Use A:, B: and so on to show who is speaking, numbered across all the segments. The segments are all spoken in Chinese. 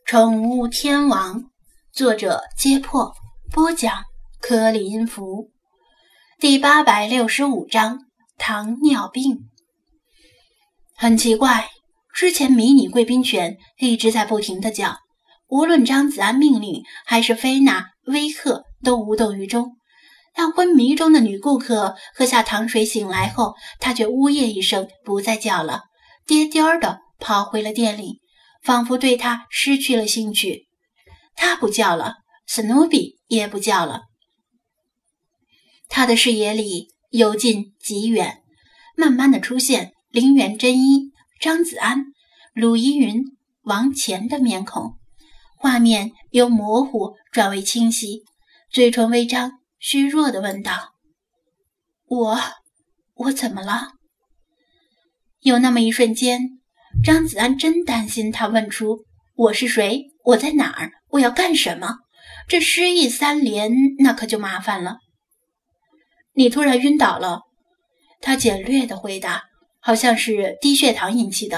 A: 宠物天王，作者揭破，播讲柯林福。第865章糖尿病。很奇怪，之前迷你贵宾犬一直在不停地叫，无论张子安命令还是菲娜威吓都无动于衷。但昏迷中的女顾客喝下糖水醒来后，她却呜咽一声不再叫了，颠颠地跑回了店里，仿佛对他失去了兴趣。他不叫了，史努比也不叫了。他的视野里由近及远，慢慢地出现林原真一、张子安、鲁依云、王乾的面孔，画面由模糊转为清晰，嘴唇微张，虚弱地问道：我怎么了？有那么一瞬间，张子安真担心他问出我是谁，我在哪儿，我要干什么，这失忆三连那可就麻烦了。你突然晕倒了，他简略地回答，好像是低血糖引起的。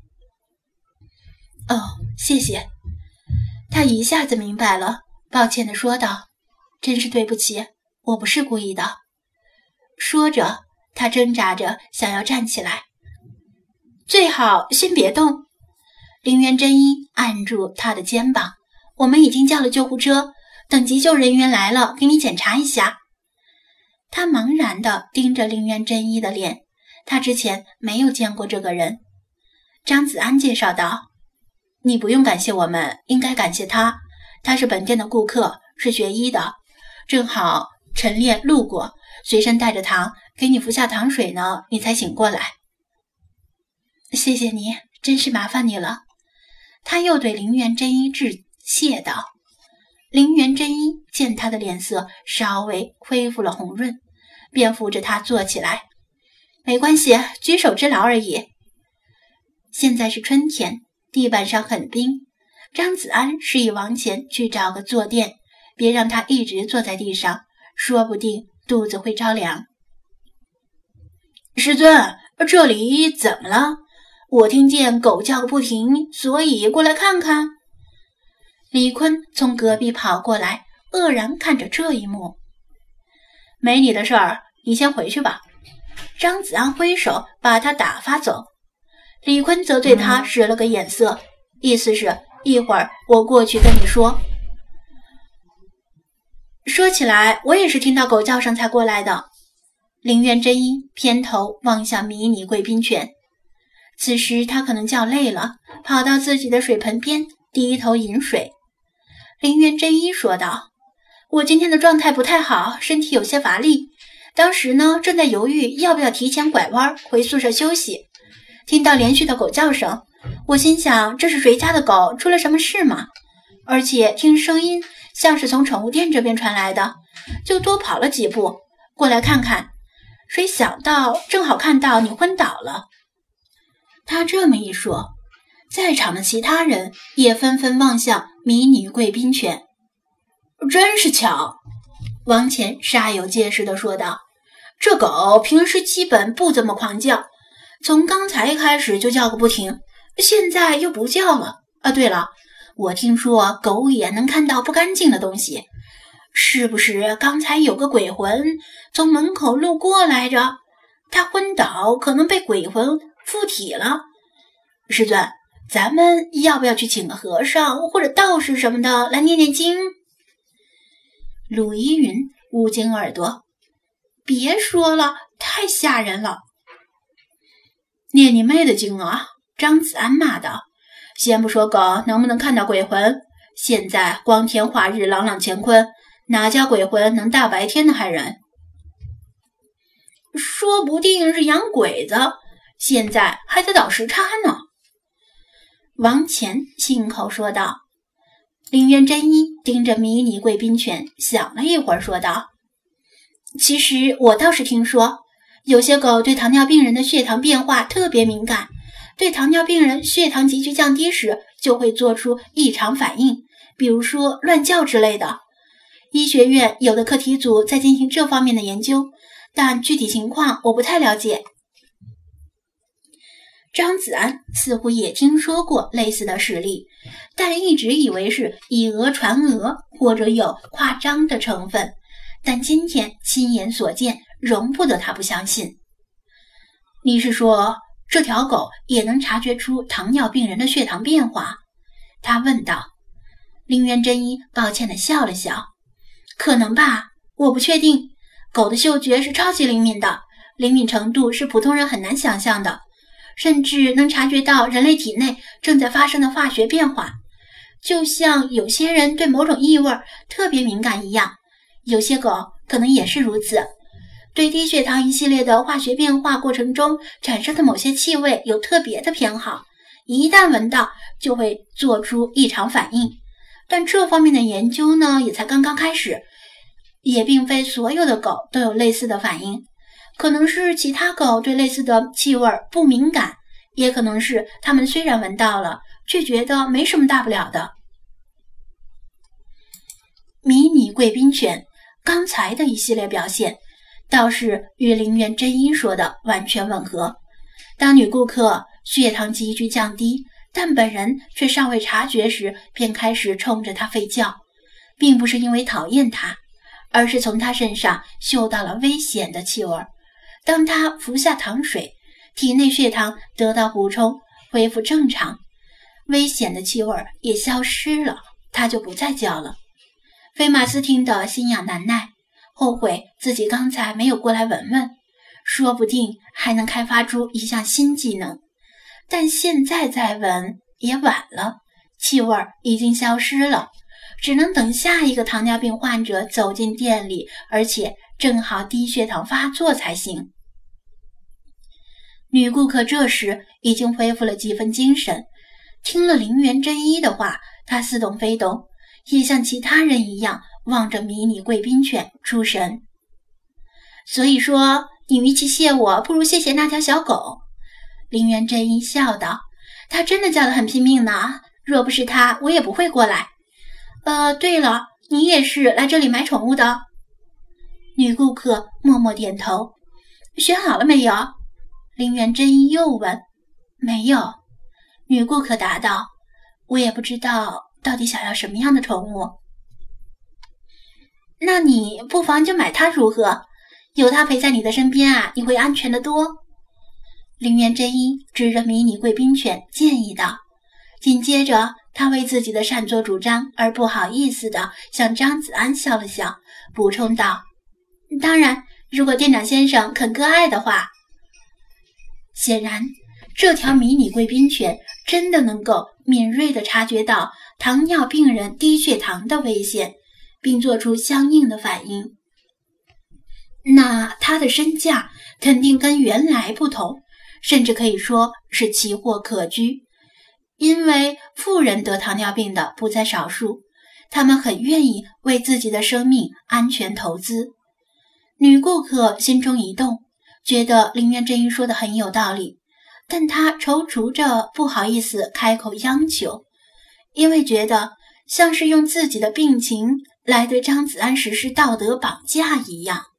A: 哦，谢谢。他一下子明白了，抱歉地说道，真是对不起，我不是故意的。说着，他挣扎着想要站起来。最好先别动。林原真一按住他的肩膀，我们已经叫了救护车，等急救人员来了给你检查一下。他茫然地盯着林原真一的脸，他之前没有见过这个人。张子安介绍道，你不用感谢我们，应该感谢他，他是本店的顾客，是学医的，正好晨练路过，随身带着糖，给你服下糖水呢，你才醒过来。谢谢你，真是麻烦你了。他又对林原真一致谢道。林原真一见他的脸色稍微恢复了红润，便扶着他坐起来。没关系，举手之劳而已。现在是春天，地板上很冰。张子安示意王乾去找个坐垫，别让他一直坐在地上，说不定肚子会着凉。师尊，这里怎么了？我听见狗叫个不停，所以过来看看。李坤从隔壁跑过来，愕然看着这一幕。没你的事儿，你先回去吧。张子安挥手把他打发走。李坤则对他使了个眼色，意思是一会儿我过去跟你说。说起来，我也是听到狗叫声才过来的。林原真一偏头望向迷你贵宾犬，此时他可能叫累了，跑到自己的水盆边低头饮水。林原真一说道，我今天的状态不太好，身体有些乏力，当时呢正在犹豫要不要提前拐弯回宿舍休息，听到连续的狗叫声，我心想这是谁家的狗，出了什么事吗？而且听声音像是从宠物店这边传来的，就多跑了几步过来看看，谁想到正好看到你昏倒了。他这么一说，在场的其他人也纷纷望向迷你贵宾犬。真是巧，王乾煞有介事地说道，这狗平时基本不怎么狂叫，从刚才开始就叫个不停，现在又不叫了。对了，我听说狗也能看到不干净的东西，是不是刚才有个鬼魂从门口路过来着？他昏倒可能被鬼魂附体了。师尊，咱们要不要去请个和尚或者道士什么的来念念经？鲁依云捂紧耳朵，别说了，太吓人了。念你妹的经啊！张子安骂道。先不说狗能不能看到鬼魂，现在光天化日朗朗乾坤，哪家鬼魂能大白天的害人？说不定是养鬼子，现在还在倒时差呢。王乾信口说道。林原真一盯着迷你贵宾犬想了一会儿说道，其实我倒是听说，有些狗对糖尿病人的血糖变化特别敏感，对糖尿病人血糖急剧降低时就会做出异常反应，比如说乱叫之类的。医学院有的课题组在进行这方面的研究，但具体情况我不太了解。 张子安似乎也听说过类似的事例，但一直以为是以讹传讹或者有夸张的成分，但今天亲眼所见，容不得他不相信。你是说这条狗也能察觉出糖尿病人的血糖变化？他问道。林元真一抱歉地笑了笑，可能吧，我不确定。狗的嗅觉是超级灵敏的，灵敏程度是普通人很难想象的，甚至能察觉到人类体内正在发生的化学变化，就像有些人对某种异味特别敏感一样，有些狗可能也是如此，对低血糖一系列的化学变化过程中产生的某些气味有特别的偏好，一旦闻到就会做出异常反应。但这方面的研究呢，也才刚刚开始，也并非所有的狗都有类似的反应，可能是其他狗对类似的气味不敏感，也可能是它们虽然闻到了，却觉得没什么大不了的。迷你贵宾犬刚才的一系列表现倒是与林元真一说的完全吻合。当女顾客血糖急剧降低，但本人却尚未察觉时，便开始冲着他吠叫，并不是因为讨厌他，而是从他身上嗅到了危险的气味。当他服下糖水，体内血糖得到补充，恢复正常，危险的气味也消失了，他就不再叫了。菲马斯听得心痒难耐，后悔自己刚才没有过来闻闻，说不定还能开发出一项新技能。但现在再闻也晚了，气味已经消失了，只能等下一个糖尿病患者走进店里，而且正好低血糖发作才行。女顾客这时已经恢复了几分精神，听了林元真一的话，她似懂非懂，也像其他人一样望着迷你贵宾犬出神。所以说，你与其谢我，不如谢谢那条小狗。林元真一笑道，他真的叫得很拼命呢，若不是他，我也不会过来。对了，你也是来这里买宠物的？女顾客默默点头。选好了没有？林元真一又问。没有。女顾客答道，我也不知道到底想要什么样的宠物。那你不妨就买它如何？有它陪在你的身边啊，你会安全得多。林元真一指着迷你贵宾犬建议道，紧接着他为自己的擅作主张而不好意思地向张子安笑了笑，补充道，当然如果店长先生肯割爱的话。显然这条迷你贵宾犬真的能够敏锐地察觉到糖尿病人低血糖的危险，并做出相应的反应。那它的身价肯定跟原来不同，甚至可以说是奇货可居，因为富人得糖尿病的不在少数，他们很愿意为自己的生命安全投资。女顾客心中一动，觉得林元真一说的很有道理，但她踌躇着不好意思开口央求，因为觉得像是用自己的病情来对张子安实施道德绑架一样。